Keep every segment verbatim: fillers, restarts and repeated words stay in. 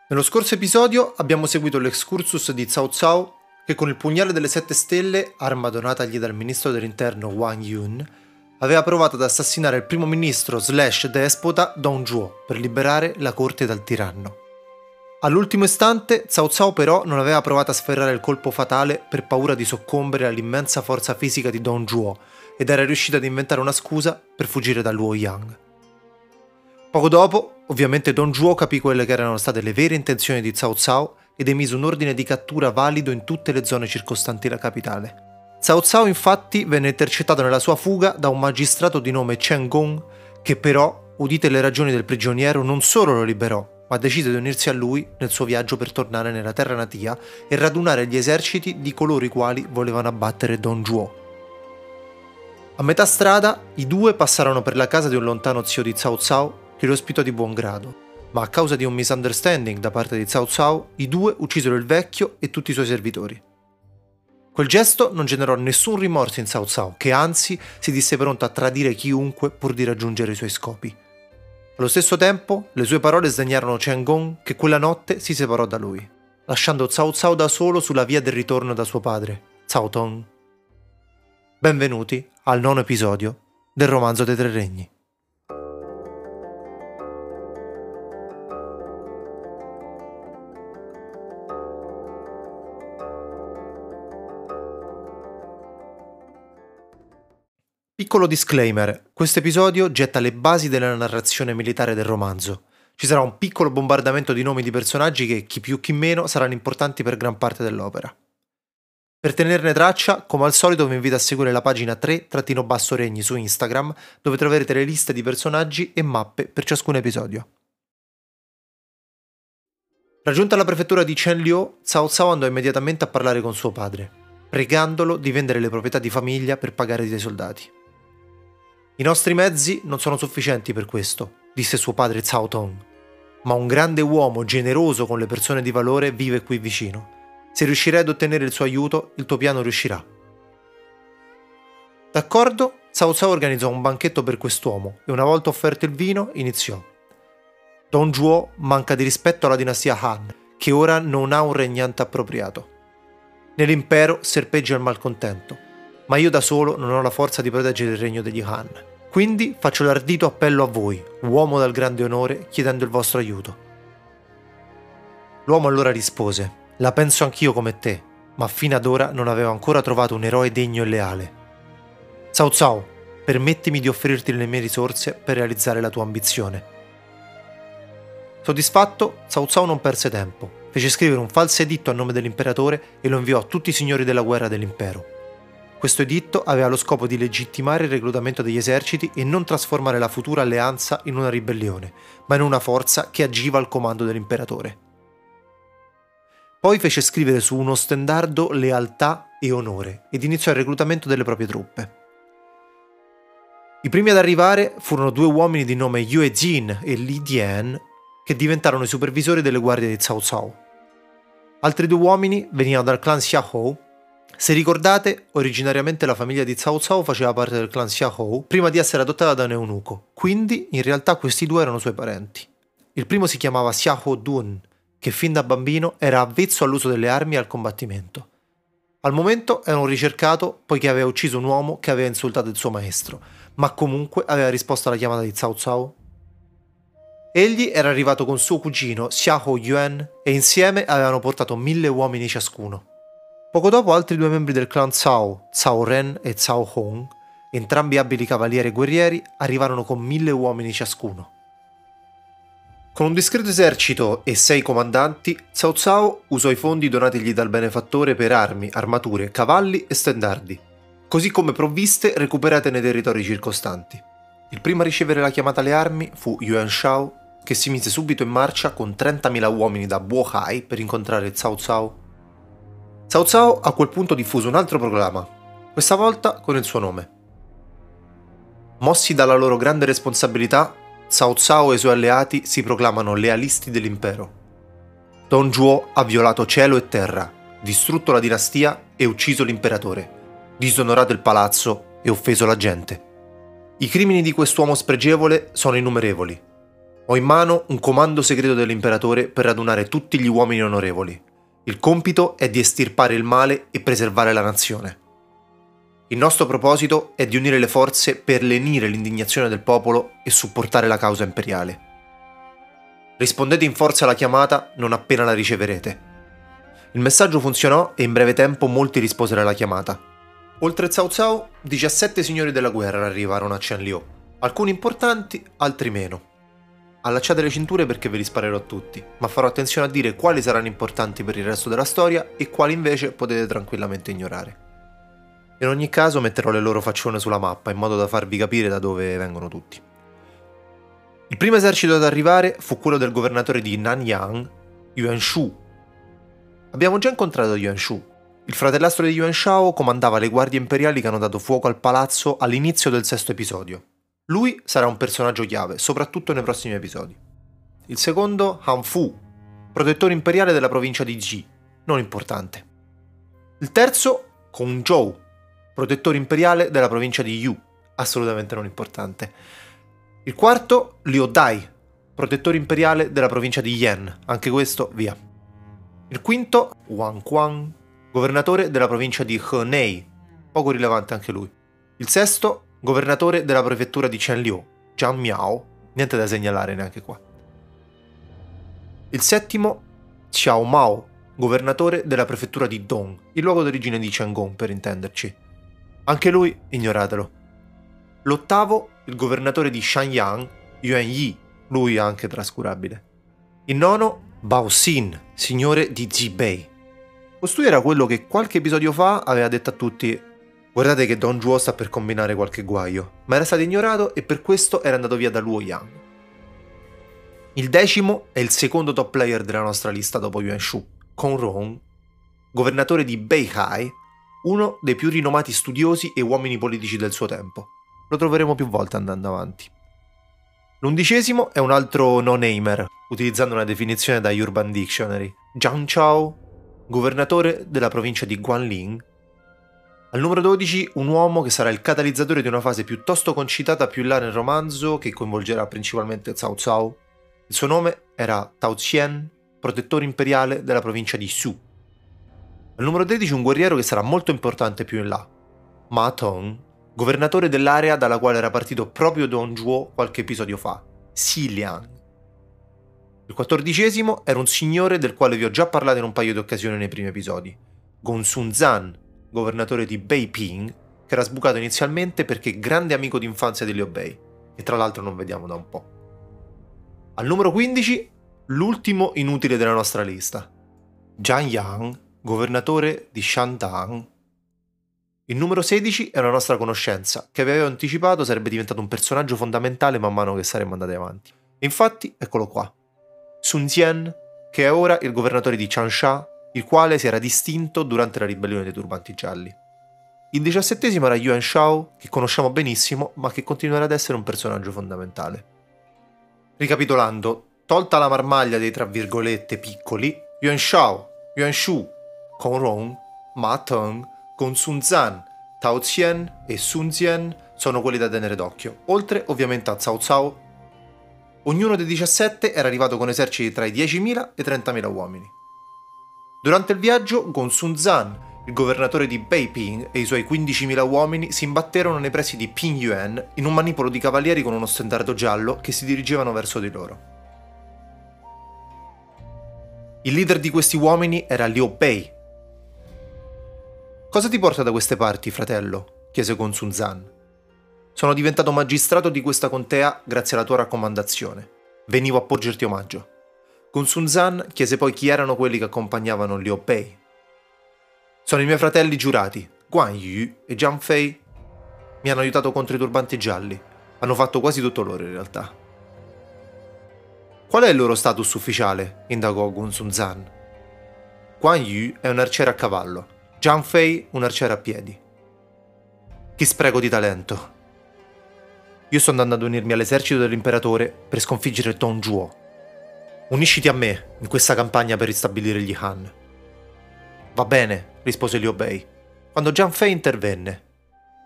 Nello scorso episodio abbiamo seguito l'excursus di Cao Cao che con il pugnale delle sette stelle, arma donatagli dal ministro dell'interno Wang Yun, aveva provato ad assassinare il primo ministro slash despota Dong Zhuo per liberare la corte dal tiranno. All'ultimo istante Cao Cao però non aveva provato a sferrare il colpo fatale per paura di soccombere all'immensa forza fisica di Dong Zhuo ed era riuscito ad inventare una scusa per fuggire da Luoyang. Poco dopo, ovviamente Dong Zhuo capì quelle che erano state le vere intenzioni di Cao Cao ed emise un ordine di cattura valido in tutte le zone circostanti la capitale. Cao Cao infatti venne intercettato nella sua fuga da un magistrato di nome Chen Gong che però, udite le ragioni del prigioniero, non solo lo liberò, ma decise di unirsi a lui nel suo viaggio per tornare nella terra natia e radunare gli eserciti di coloro i quali volevano abbattere Dong Zhuo. A metà strada, i due passarono per la casa di un lontano zio di Cao Cao che lo ospitò di buon grado, ma a causa di un misunderstanding da parte di Cao Cao, i due uccisero il vecchio e tutti i suoi servitori. Quel gesto non generò nessun rimorso in Cao Cao, che anzi si disse pronto a tradire chiunque pur di raggiungere i suoi scopi. Allo stesso tempo, le sue parole sdegnarono Chen Gong che quella notte si separò da lui, lasciando Cao Cao da solo sulla via del ritorno da suo padre, Cao Tong. Benvenuti al nono episodio del romanzo dei Tre Regni. Piccolo disclaimer, questo episodio getta le basi della narrazione militare del romanzo. Ci sarà un piccolo bombardamento di nomi di personaggi che, chi più chi meno, saranno importanti per gran parte dell'opera. Per tenerne traccia, come al solito vi invito a seguire la pagina tre Regni su Instagram, dove troverete le liste di personaggi e mappe per ciascun episodio. Raggiunta la prefettura di Chenliu, Cao Cao andò immediatamente a parlare con suo padre, pregandolo di vendere le proprietà di famiglia per pagare dei soldati. I nostri mezzi non sono sufficienti per questo, disse suo padre Cao Tong, ma un grande uomo generoso con le persone di valore vive qui vicino. Se riuscirai ad ottenere il suo aiuto, il tuo piano riuscirà. D'accordo, Cao Cao organizzò un banchetto per quest'uomo e una volta offerto il vino, iniziò. Dong Zhuo manca di rispetto alla dinastia Han, che ora non ha un regnante appropriato. Nell'impero serpeggia il malcontento, ma io da solo non ho la forza di proteggere il regno degli Han. Quindi faccio l'ardito appello a voi, uomo dal grande onore, chiedendo il vostro aiuto. L'uomo allora rispose, la penso anch'io come te, ma fino ad ora non avevo ancora trovato un eroe degno e leale. Cao Cao, permettimi di offrirti le mie risorse per realizzare la tua ambizione. Soddisfatto, Cao Cao non perse tempo, fece scrivere un falso editto a nome dell'imperatore e lo inviò a tutti i signori della guerra dell'impero. Questo editto aveva lo scopo di legittimare il reclutamento degli eserciti e non trasformare la futura alleanza in una ribellione, ma in una forza che agiva al comando dell'imperatore. Poi fece scrivere su uno stendardo lealtà e onore ed iniziò il reclutamento delle proprie truppe. I primi ad arrivare furono due uomini di nome Yue Jin e Li Dian che diventarono i supervisori delle guardie di Cao Cao. Altri due uomini venivano dal clan Xiahou. Se ricordate, originariamente la famiglia di Cao Cao faceva parte del clan Xiahou prima di essere adottata da un eunuco, quindi in realtà questi due erano suoi parenti. Il primo si chiamava Xiahou Dun, che fin da bambino era avvezzo all'uso delle armi e al combattimento. Al momento era un ricercato poiché aveva ucciso un uomo che aveva insultato il suo maestro, ma comunque aveva risposto alla chiamata di Cao Cao. Egli era arrivato con suo cugino Xiahou Yuan e insieme avevano portato mille uomini ciascuno. Poco dopo altri due membri del clan Cao, Cao Ren e Cao Hong, entrambi abili cavalieri e guerrieri, arrivarono con mille uomini ciascuno. Con un discreto esercito e sei comandanti, Cao Cao usò i fondi donatigli dal benefattore per armi, armature, cavalli e stendardi, così come provviste recuperate nei territori circostanti. Il primo a ricevere la chiamata alle armi fu Yuan Shao, che si mise subito in marcia con trentamila uomini da Bohai per incontrare Cao Cao. Cao Cao a quel punto diffuse un altro proclama, questa volta con il suo nome. Mossi dalla loro grande responsabilità, Cao Cao e i suoi alleati si proclamano lealisti dell'impero. Dong Zhuo ha violato cielo e terra, distrutto la dinastia e ucciso l'imperatore, disonorato il palazzo e offeso la gente. I crimini di quest'uomo spregevole sono innumerevoli. Ho in mano un comando segreto dell'imperatore per radunare tutti gli uomini onorevoli. Il compito è di estirpare il male e preservare la nazione. Il nostro proposito è di unire le forze per lenire l'indignazione del popolo e supportare la causa imperiale. Rispondete in forza alla chiamata non appena la riceverete. Il messaggio funzionò e in breve tempo molti risposero alla chiamata. Oltre Cao Cao, diciassette signori della guerra arrivarono a Qianliu. Alcuni importanti, altri meno. Allacciate le cinture perché ve li sparerò tutti, ma farò attenzione a dire quali saranno importanti per il resto della storia e quali invece potete tranquillamente ignorare. In ogni caso metterò le loro faccione sulla mappa in modo da farvi capire da dove vengono tutti. Il primo esercito ad arrivare fu quello del governatore di Nanyang, Yuan Shu. Abbiamo già incontrato Yuan Shu. Il fratellastro di Yuan Shao comandava le guardie imperiali che hanno dato fuoco al palazzo all'inizio del sesto episodio. Lui sarà un personaggio chiave, soprattutto nei prossimi episodi. Il secondo, Han Fu, protettore imperiale della provincia di Ji, non importante. Il terzo, Kong Zhou, protettore imperiale della provincia di Yu, assolutamente non importante. Il quarto, Liu Dai, protettore imperiale della provincia di Yan, anche questo via. Il quinto, Wang Quang, governatore della provincia di Henei, poco rilevante anche lui. Il sesto, governatore della prefettura di Qianliu, Zhang Miao, niente da segnalare neanche qua. Il settimo, Xiao Mao, governatore della prefettura di Dong, il luogo d'origine di Qiangong per intenderci. Anche lui ignoratelo. L'ottavo, il governatore di Shanyang, Yuan Yi, lui anche trascurabile. Il nono, Bao Xin, signore di Zibei. Costui era quello che qualche episodio fa aveva detto a tutti: guardate che Don Zhuo sta per combinare qualche guaio, ma era stato ignorato e per questo era andato via da Luoyang. Il decimo è il secondo top player della nostra lista dopo Yuan Shu, Kong Rong, governatore di Beihai, uno dei più rinomati studiosi e uomini politici del suo tempo. Lo troveremo più volte andando avanti. L'undicesimo è un altro no-namer, utilizzando una definizione da Urban Dictionary, Zhang Chao, governatore della provincia di Guanling. Al numero dodici, un uomo che sarà il catalizzatore di una fase piuttosto concitata più in là nel romanzo, che coinvolgerà principalmente Cao Cao. Il suo nome era Tao Qian, protettore imperiale della provincia di Su. Al numero tredici, un guerriero che sarà molto importante più in là, Ma Tong, governatore dell'area dalla quale era partito proprio Don Zhuo qualche episodio fa, Xiliang. Il quattordicesimo era un signore del quale vi ho già parlato in un paio di occasioni nei primi episodi, Gongsun Zan, governatore di Beiping, che era sbucato inizialmente perché grande amico d'infanzia di Liu Bei, e tra l'altro non vediamo da un po'. Al numero quindici, l'ultimo inutile della nostra lista, Zhang Yang, governatore di Shandong. Il numero sedici è una nostra conoscenza, che vi avevo anticipato sarebbe diventato un personaggio fondamentale man mano che saremmo andati avanti. E infatti, eccolo qua. Sun Jian, che è ora il governatore di Changsha, il quale si era distinto durante la ribellione dei turbanti gialli. Il diciassettesimo era Yuan Shao, che conosciamo benissimo, ma che continuerà ad essere un personaggio fondamentale. Ricapitolando, tolta la marmaglia dei tra virgolette piccoli, Yuan Shao, Yuan Shu, Kong Rong, Ma Teng, Gongsun Zan, Tao Qian e Sun Jian sono quelli da tenere d'occhio, oltre ovviamente a Cao Cao. Ognuno dei diciassette era arrivato con eserciti tra i diecimila e i trentamila uomini. Durante il viaggio, Gongsun Zan, il governatore di Beiping, e i suoi quindicimila uomini si imbatterono nei pressi di Pingyuan in un manipolo di cavalieri con uno stendardo giallo che si dirigevano verso di loro. Il leader di questi uomini era Liu Bei. «Cosa ti porta da queste parti, fratello?» chiese Gongsun Zan. «Sono diventato magistrato di questa contea grazie alla tua raccomandazione. Venivo a porgerti omaggio». Gongsun Zan chiese poi chi erano quelli che accompagnavano Liu Bei. «Sono i miei fratelli giurati, Guan Yu e Zhang Fei. Mi hanno aiutato contro i turbanti gialli. Hanno fatto quasi tutto loro in realtà». «Qual è il loro status ufficiale?» indagò Gongsun Zan. «Guan Yu è un arciere a cavallo, Zhang Fei un arciere a piedi». «Che spreco di talento!» «Io sto andando ad unirmi all'esercito dell'imperatore per sconfiggere Don Zhuo. Unisciti a me in questa campagna per ristabilire gli Han». «Va bene», rispose Liu Bei, quando Zhang Fei intervenne.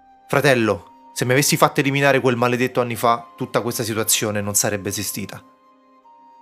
«Fratello, se mi avessi fatto eliminare quel maledetto anni fa, tutta questa situazione non sarebbe esistita.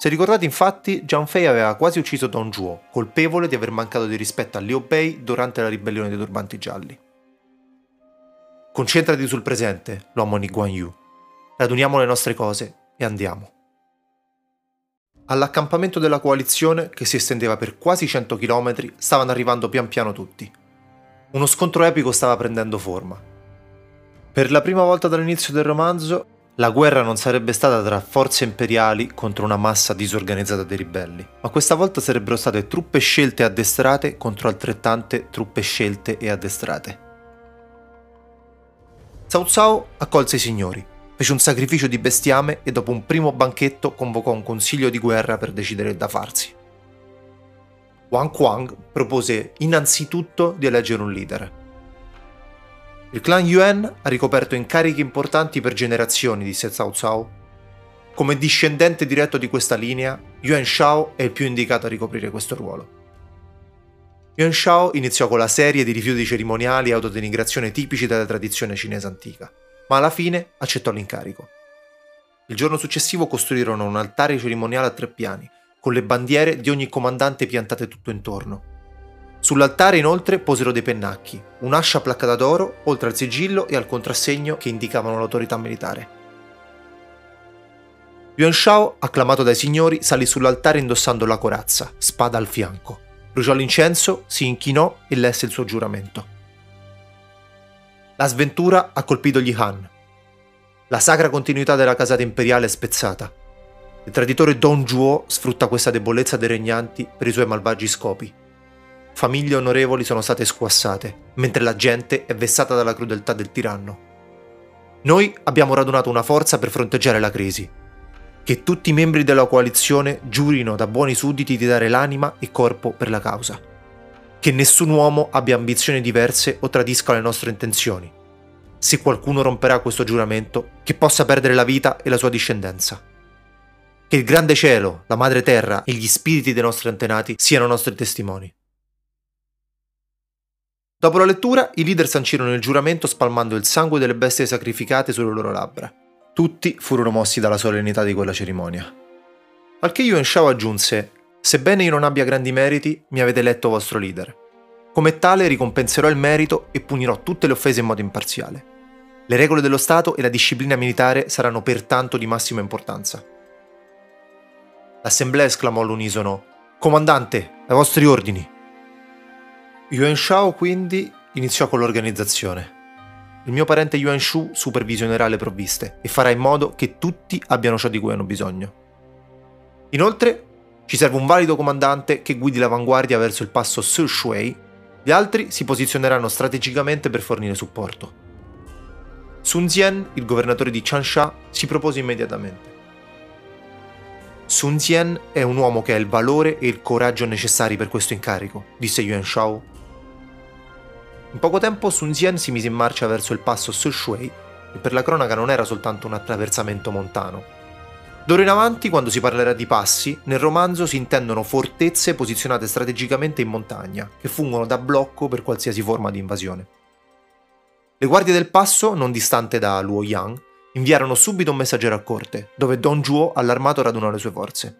Se ricordate infatti, Jiang Fei aveva quasi ucciso Dong Zhuo, colpevole di aver mancato di rispetto a Liu Bei durante la ribellione dei turbanti gialli. Concentrati sul presente, lo ammonì Guan Yu. Raduniamo le nostre cose e andiamo. All'accampamento della coalizione, che si estendeva per quasi cento chilometri, stavano arrivando pian piano tutti. Uno scontro epico stava prendendo forma. Per la prima volta dall'inizio del romanzo, la guerra non sarebbe stata tra forze imperiali contro una massa disorganizzata di ribelli, ma questa volta sarebbero state truppe scelte e addestrate contro altrettante truppe scelte e addestrate. Cao Cao accolse i signori, fece un sacrificio di bestiame e dopo un primo banchetto convocò un consiglio di guerra per decidere da farsi. Wang Quang propose innanzitutto di eleggere un leader. Il clan Yuan ha ricoperto incarichi importanti per generazioni, disse Cao Cao. Come discendente diretto di questa linea, Yuan Shao è il più indicato a ricoprire questo ruolo. Yuan Shao iniziò con la serie di rifiuti cerimoniali e autodenigrazione tipici della tradizione cinese antica, ma alla fine accettò l'incarico. Il giorno successivo costruirono un altare cerimoniale a tre piani, con le bandiere di ogni comandante piantate tutto intorno. Sull'altare inoltre posero dei pennacchi, un'ascia placcata d'oro, oltre al sigillo e al contrassegno che indicavano l'autorità militare. Yuan Shao, acclamato dai signori, salì sull'altare indossando la corazza, spada al fianco. Bruciò l'incenso, si inchinò e lesse il suo giuramento. La sventura ha colpito gli Han. La sacra continuità della casata imperiale è spezzata. Il traditore Dong Zhuo sfrutta questa debolezza dei regnanti per i suoi malvagi scopi. Famiglie onorevoli sono state squassate, mentre la gente è vessata dalla crudeltà del tiranno. Noi abbiamo radunato una forza per fronteggiare la crisi. Che tutti i membri della coalizione giurino da buoni sudditi di dare l'anima e corpo per la causa. Che nessun uomo abbia ambizioni diverse o tradisca le nostre intenzioni. Se qualcuno romperà questo giuramento, che possa perdere la vita e la sua discendenza. Che il grande cielo, la madre terra e gli spiriti dei nostri antenati siano nostri testimoni. Dopo la lettura, i leader sancirono il giuramento spalmando il sangue delle bestie sacrificate sulle loro labbra. Tutti furono mossi dalla solennità di quella cerimonia. Al che Yuan Shao aggiunse: sebbene io non abbia grandi meriti, mi avete eletto vostro leader. Come tale ricompenserò il merito e punirò tutte le offese in modo imparziale. Le regole dello Stato e la disciplina militare saranno pertanto di massima importanza. L'assemblea esclamò all'unisono: comandante, ai vostri ordini. Yuan Shao quindi iniziò con l'organizzazione. Il mio parente Yuan Shu supervisionerà le provviste e farà in modo che tutti abbiano ciò di cui hanno bisogno. Inoltre, ci serve un valido comandante che guidi l'avanguardia verso il passo Sishui. Gli altri si posizioneranno strategicamente per fornire supporto. Sun Jian, il governatore di Changsha, si propose immediatamente. Sun Jian è un uomo che ha il valore e il coraggio necessari per questo incarico, disse Yuan Shao. In poco tempo Sun Jian si mise in marcia verso il passo Sishui e per la cronaca non era soltanto un attraversamento montano. D'ora in avanti, quando si parlerà di passi, nel romanzo si intendono fortezze posizionate strategicamente in montagna, che fungono da blocco per qualsiasi forma di invasione. Le guardie del passo, non distante da Luoyang, inviarono subito un messaggero a corte, dove Dong Zhuo, allarmato, radunò le sue forze.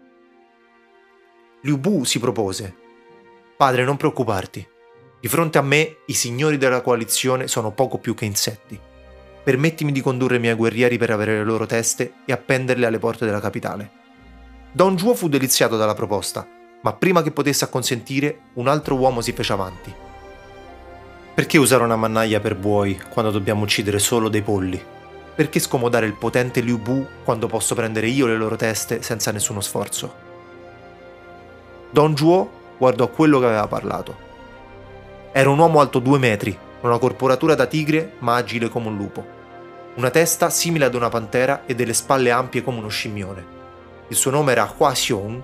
Liu Bu si propose: padre, non preoccuparti. Di fronte a me, i signori della coalizione sono poco più che insetti. Permettimi di condurre i miei guerrieri per avere le loro teste e appenderle alle porte della capitale. Dong Zhuo fu deliziato dalla proposta, ma prima che potesse acconsentire, un altro uomo si fece avanti. Perché usare una mannaia per buoi quando dobbiamo uccidere solo dei polli? Perché scomodare il potente Liu Bu quando posso prendere io le loro teste senza nessuno sforzo? Dong Zhuo guardò quello che aveva parlato. Era un uomo alto due metri, con una corporatura da tigre ma agile come un lupo, una testa simile ad una pantera e delle spalle ampie come uno scimmione. Il suo nome era Hua Xiong.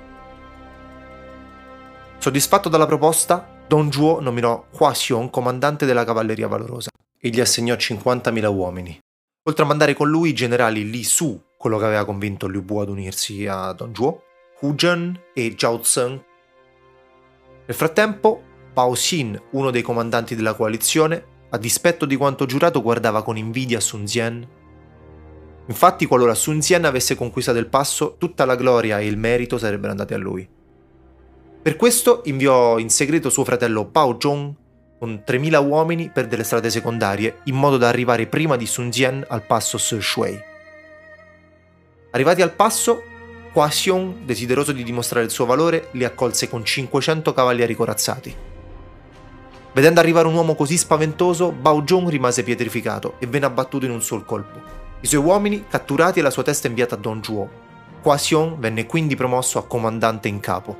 Soddisfatto dalla proposta, Dong Zhuo nominò Hua Xiong comandante della cavalleria valorosa e gli assegnò cinquantamila uomini, oltre a mandare con lui i generali Li Su, quello che aveva convinto Liu Bu ad unirsi a Dong Zhuo, Hu Zhen e Zhao Zeng. Nel frattempo, Pao Xin, uno dei comandanti della coalizione, a dispetto di quanto giurato, guardava con invidia Sun Jian. Infatti, qualora Sun Jian avesse conquistato il passo, tutta la gloria e il merito sarebbero andati a lui. Per questo inviò in segreto suo fratello Bao Zhong con tremila uomini per delle strade secondarie, in modo da arrivare prima di Sun Jian al passo Sishui. Arrivati al passo, Hua Xiong, desideroso di dimostrare il suo valore, li accolse con cinquecento cavalieri corazzati. Vedendo arrivare un uomo così spaventoso, Bao Zhong rimase pietrificato e venne abbattuto in un sol colpo. I suoi uomini catturati e la sua testa inviata a Don Zhuo. Hua Xiong venne quindi promosso a comandante in capo.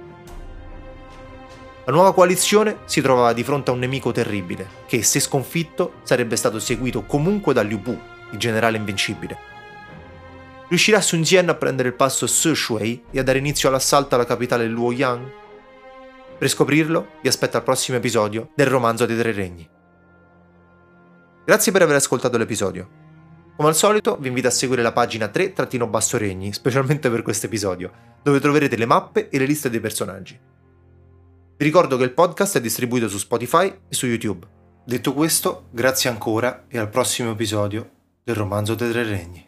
La nuova coalizione si trovava di fronte a un nemico terribile, che, se sconfitto, sarebbe stato seguito comunque da Liu Bu, il generale invincibile. Riuscirà Sun Jian a prendere il passo Sishui e a dare inizio all'assalto alla capitale Luoyang? Per scoprirlo, vi aspetto al prossimo episodio del Romanzo dei Tre Regni. Grazie per aver ascoltato l'episodio. Come al solito, vi invito a seguire la pagina tre Basso Regni, specialmente per questo episodio, dove troverete le mappe e le liste dei personaggi. Vi ricordo che il podcast è distribuito su Spotify e su YouTube. Detto questo, grazie ancora e al prossimo episodio del Romanzo dei Tre Regni.